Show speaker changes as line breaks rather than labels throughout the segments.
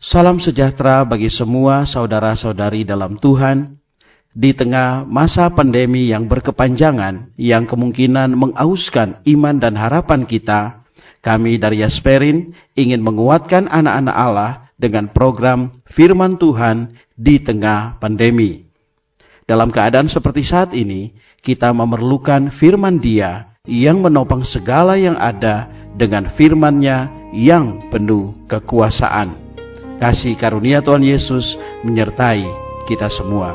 Salam sejahtera bagi semua saudara-saudari dalam Tuhan. Di tengah masa pandemi yang berkepanjangan, yang kemungkinan mengauskan iman dan harapan kita, kami dari Yasperin ingin menguatkan anak-anak Allah dengan program Firman Tuhan di tengah pandemi. Dalam keadaan seperti saat ini, kita memerlukan firman Dia yang menopang segala yang ada dengan firman-Nya yang penuh kekuasaan. Kasih karunia Tuhan Yesus menyertai kita semua.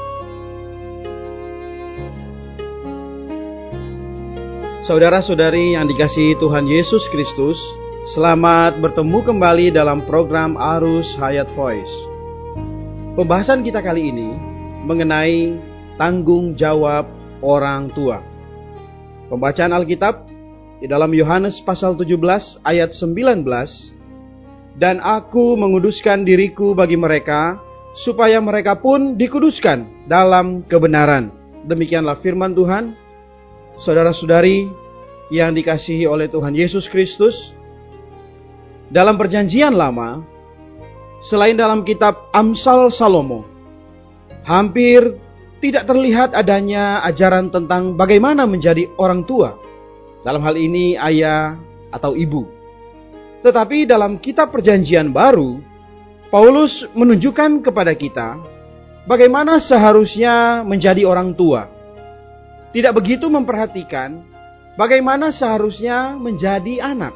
Saudara-saudari yang dikasihi Tuhan Yesus Kristus, selamat bertemu kembali dalam program Arus Hayat Voice. Pembahasan kita kali ini mengenai tanggung jawab orang tua. Pembacaan Alkitab di dalam Yohanes pasal 17 ayat 19. Dan aku menguduskan diriku bagi mereka, supaya mereka pun dikuduskan dalam kebenaran. Demikianlah firman Tuhan. Saudara-saudari yang dikasihi oleh Tuhan Yesus Kristus, dalam perjanjian lama, selain dalam kitab Amsal Salomo, hampir tidak terlihat adanya ajaran tentang bagaimana menjadi orang tua. Dalam hal ini ayah atau ibu. Tetapi dalam kitab perjanjian baru, Paulus menunjukkan kepada kita bagaimana seharusnya menjadi orang tua. Tidak begitu memperhatikan bagaimana seharusnya menjadi anak.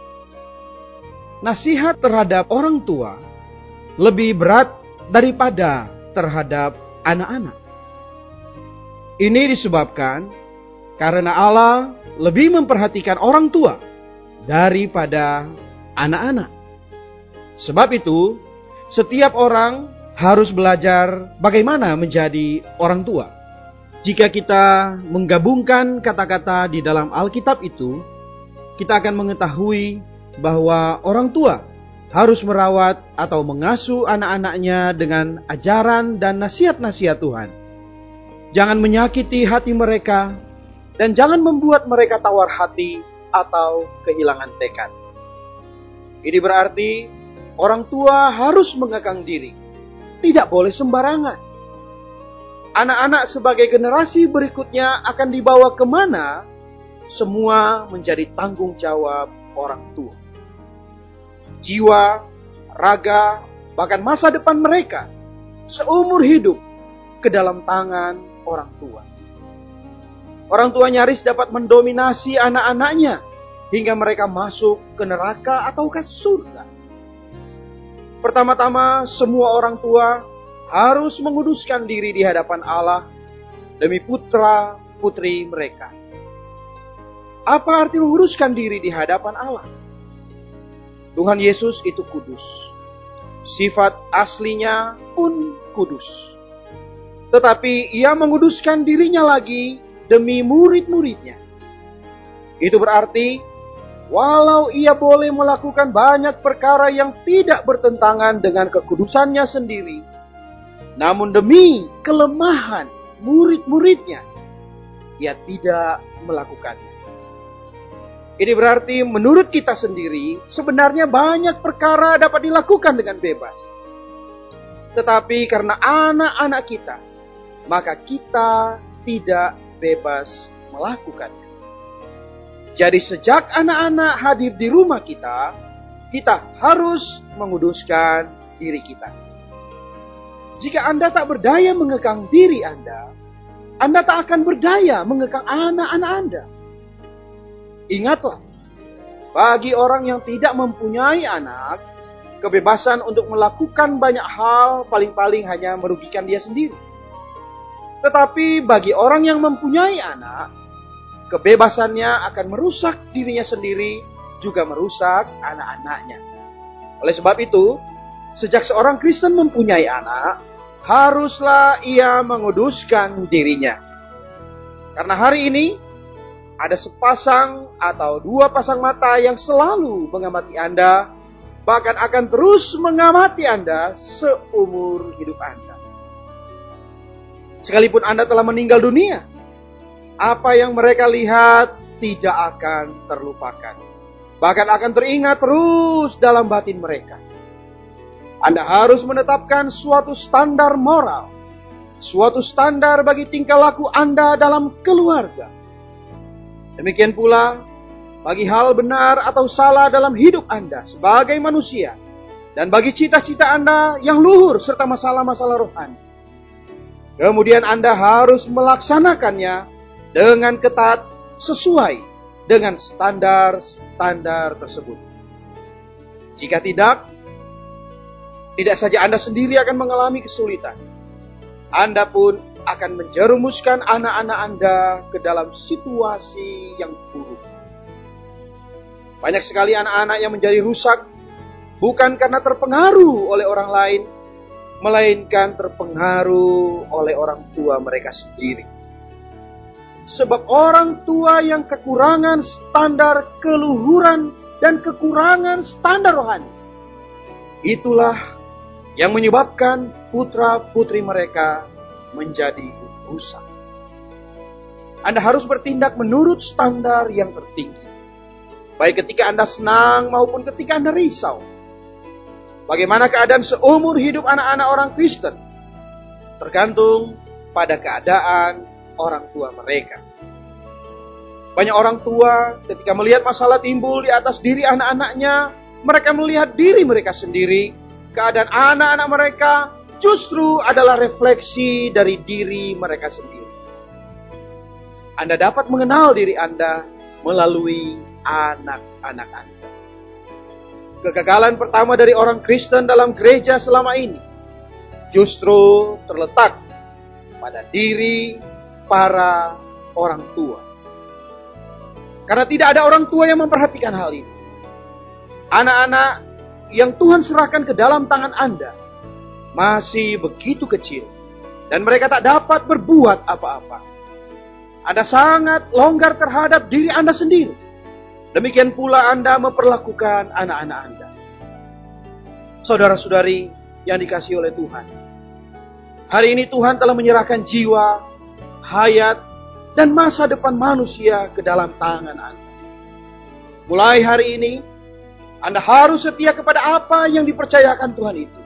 Nasihat terhadap orang tua lebih berat daripada terhadap anak-anak. Ini disebabkan karena Allah lebih memperhatikan orang tua daripada anak-anak. Sebab itu, setiap orang harus belajar bagaimana menjadi orang tua. Jika kita menggabungkan kata-kata di dalam Alkitab itu, kita akan mengetahui bahwa orang tua harus merawat atau mengasuh anak-anaknya dengan ajaran dan nasihat-nasihat Tuhan. Jangan menyakiti hati mereka dan jangan membuat mereka tawar hati atau kehilangan tekad. Ini berarti orang tua harus mengekang diri, tidak boleh sembarangan. Anak-anak sebagai generasi berikutnya akan dibawa kemana? Semua menjadi tanggung jawab orang tua. Jiwa, raga, bahkan masa depan mereka seumur hidup ke dalam tangan orang tua. Orang tua nyaris dapat mendominasi anak-anaknya hingga mereka masuk ke neraka atau ke surga. Pertama-tama, semua orang tua harus menguduskan diri di hadapan Allah demi putra-putri mereka. Apa arti menguduskan diri di hadapan Allah? Tuhan Yesus itu kudus. Sifat aslinya pun kudus. Tetapi Ia menguduskan dirinya lagi demi murid-muridnya. Itu berarti walau Ia boleh melakukan banyak perkara yang tidak bertentangan dengan kekudusannya sendiri, namun demi kelemahan murid-muridnya, Ia tidak melakukannya. Ini berarti menurut kita sendiri, sebenarnya banyak perkara dapat dilakukan dengan bebas. Tetapi karena anak-anak kita, maka kita tidak bebas melakukannya. Jadi sejak anak-anak hadir di rumah kita, kita harus menguduskan diri kita. Jika Anda tak berdaya mengekang diri Anda tak akan berdaya mengekang anak-anak Anda. Ingatlah, bagi orang yang tidak mempunyai anak, kebebasan untuk melakukan banyak hal paling-paling hanya merugikan dia sendiri. Tetapi bagi orang yang mempunyai anak, kebebasannya akan merusak dirinya sendiri, juga merusak anak-anaknya. Oleh sebab itu, sejak seorang Kristen mempunyai anak, haruslah ia menguduskan dirinya. Karena hari ini, ada sepasang atau dua pasang mata yang selalu mengamati Anda, bahkan akan terus mengamati Anda seumur hidup Anda. Sekalipun Anda telah meninggal dunia, apa yang mereka lihat tidak akan terlupakan. Bahkan akan teringat terus dalam batin mereka. Anda harus menetapkan suatu standar moral, suatu standar bagi tingkah laku Anda dalam keluarga. Demikian pula bagi hal benar atau salah dalam hidup Anda sebagai manusia, dan bagi cita-cita Anda yang luhur serta masalah-masalah rohani. Kemudian Anda harus melaksanakannya dengan ketat sesuai dengan standar-standar tersebut. Jika tidak saja Anda sendiri akan mengalami kesulitan, Anda pun akan menjerumuskan anak-anak Anda ke dalam situasi yang buruk. Banyak sekali anak-anak yang menjadi rusak bukan karena terpengaruh oleh orang lain, melainkan terpengaruh oleh orang tua mereka sendiri. Sebab orang tua yang kekurangan standar keluhuran dan kekurangan standar rohani, itulah yang menyebabkan putra-putri mereka menjadi rusak. Anda harus bertindak menurut standar yang tertinggi, baik ketika Anda senang maupun ketika Anda risau. Bagaimana keadaan seumur hidup anak-anak orang Kristen tergantung pada keadaan orang tua mereka. Banyak orang tua ketika melihat masalah timbul di atas diri anak-anaknya, mereka melihat diri mereka sendiri. Keadaan anak-anak mereka justru adalah refleksi dari diri mereka sendiri. Anda dapat mengenal diri Anda melalui anak-anak Anda. Kegagalan pertama dari orang Kristen dalam gereja selama ini justru terletak pada diri para orang tua. Karena tidak ada orang tua yang memperhatikan hal ini. Anak-anak yang Tuhan serahkan ke dalam tangan Anda masih begitu kecil dan mereka tak dapat berbuat apa-apa. Anda sangat longgar terhadap diri Anda sendiri. Demikian pula Anda memperlakukan anak-anak Anda. Saudara-saudari yang dikasihi oleh Tuhan, hari ini Tuhan telah menyerahkan jiwa, hayat, dan masa depan manusia ke dalam tangan Anda. Mulai hari ini, Anda harus setia kepada apa yang dipercayakan Tuhan itu.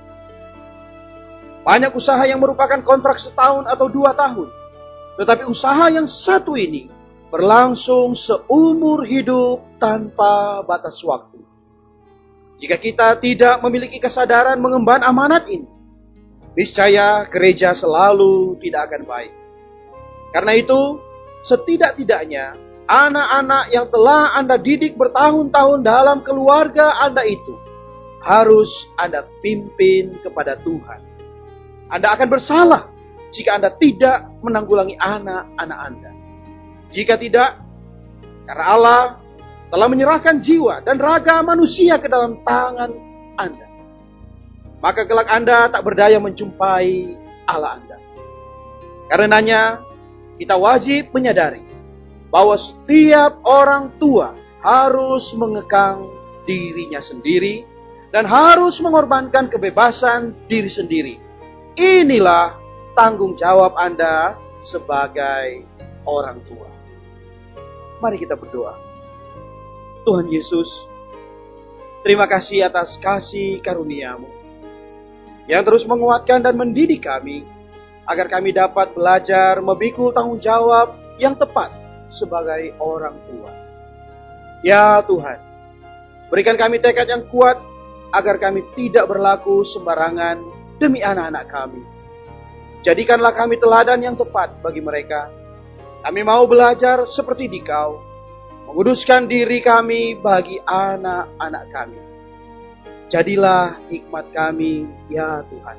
Banyak usaha yang merupakan kontrak setahun atau 2 tahun. Tetapi usaha yang satu ini berlangsung seumur hidup tanpa batas waktu. Jika kita tidak memiliki kesadaran mengemban amanat ini, niscaya gereja selalu tidak akan baik. Karena itu, setidak-tidaknya anak-anak yang telah Anda didik bertahun-tahun dalam keluarga Anda itu harus Anda pimpin kepada Tuhan. Anda akan bersalah jika Anda tidak menanggulangi anak-anak Anda. Jika tidak, karena Allah telah menyerahkan jiwa dan raga manusia ke dalam tangan Anda, maka kelak Anda tak berdaya menjumpai Allah Anda. Karenanya, kita wajib menyadari bahwa setiap orang tua harus mengekang dirinya sendiri dan harus mengorbankan kebebasan diri sendiri. Inilah tanggung jawab Anda sebagai orang tua. Mari kita berdoa. Tuhan Yesus, terima kasih atas kasih karunia-Mu yang terus menguatkan dan mendidik kami agar kami dapat belajar memikul tanggung jawab yang tepat sebagai orang tua. Ya Tuhan, berikan kami tekad yang kuat agar kami tidak berlaku sembarangan demi anak-anak kami. Jadikanlah kami teladan yang tepat bagi mereka. Kami mau belajar seperti Dikau, menguduskan diri kami bagi anak-anak kami. Jadilah hikmat kami, ya Tuhan.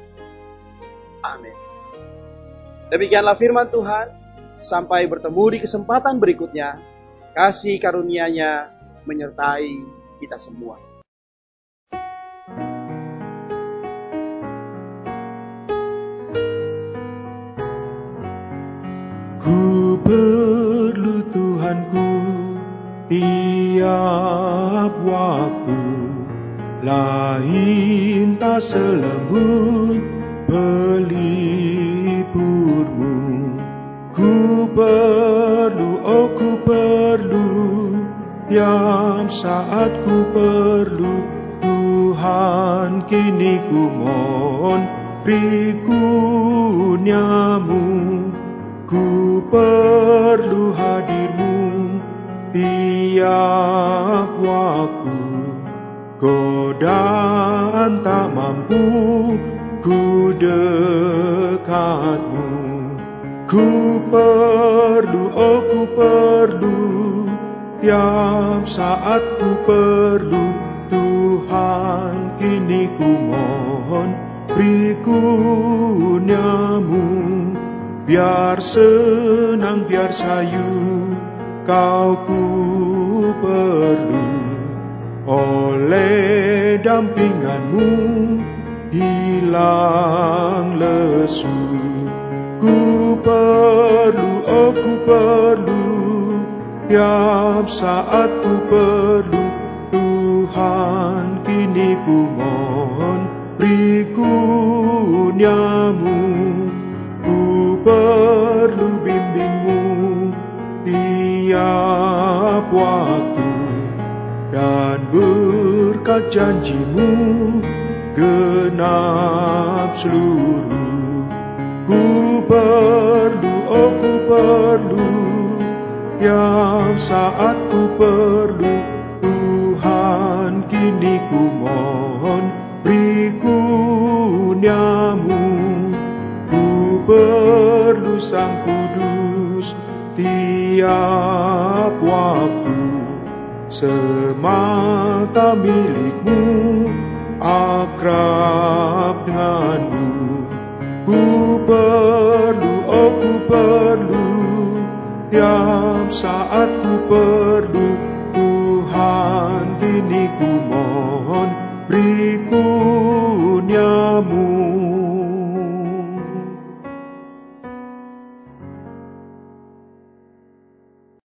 Amin. Demikianlah firman Tuhan. Sampai bertemu di kesempatan berikutnya. Kasih karunia-Nya menyertai kita semua.
Ku perlu Tuhanku tiap waktu, lain tak selembut pelipurmu. Ku perlu, oh ku perlu, tiap saat ku perlu Tuhan. Tuhan, kini ku mohon beri kurnia-Mu. Ku perlu hadir-Mu tiap waktu. Godaan tak mampu ku dekat-Mu. Ku perlu, oh ku perlu, tiap saat ku perlu. Tuhan, kini ku mohon beri kurnia-Mu. Biar senang, biar sayu, Kau ku perlu. Oleh dampingan-Mu hilang lesu. Ku perlu, oh ku perlu, tiap saat ku perlu. Tuhan, kini ku mohon beri kurnia-Mu. Ku perlu bimbing-Mu tiap waktu, dan berkat janji-Mu genap seluruh. Ku perlu, oh ku perlu, tiap saat ku perlu. Tuhan, kini ku mohon beri kurnia-Mu. Ku perlu Sang Kudus tiap waktu. Semata milik-Mu, akrab dengan-Mu. Ku perlu, oh ku perlu, tiap saat ku perlu.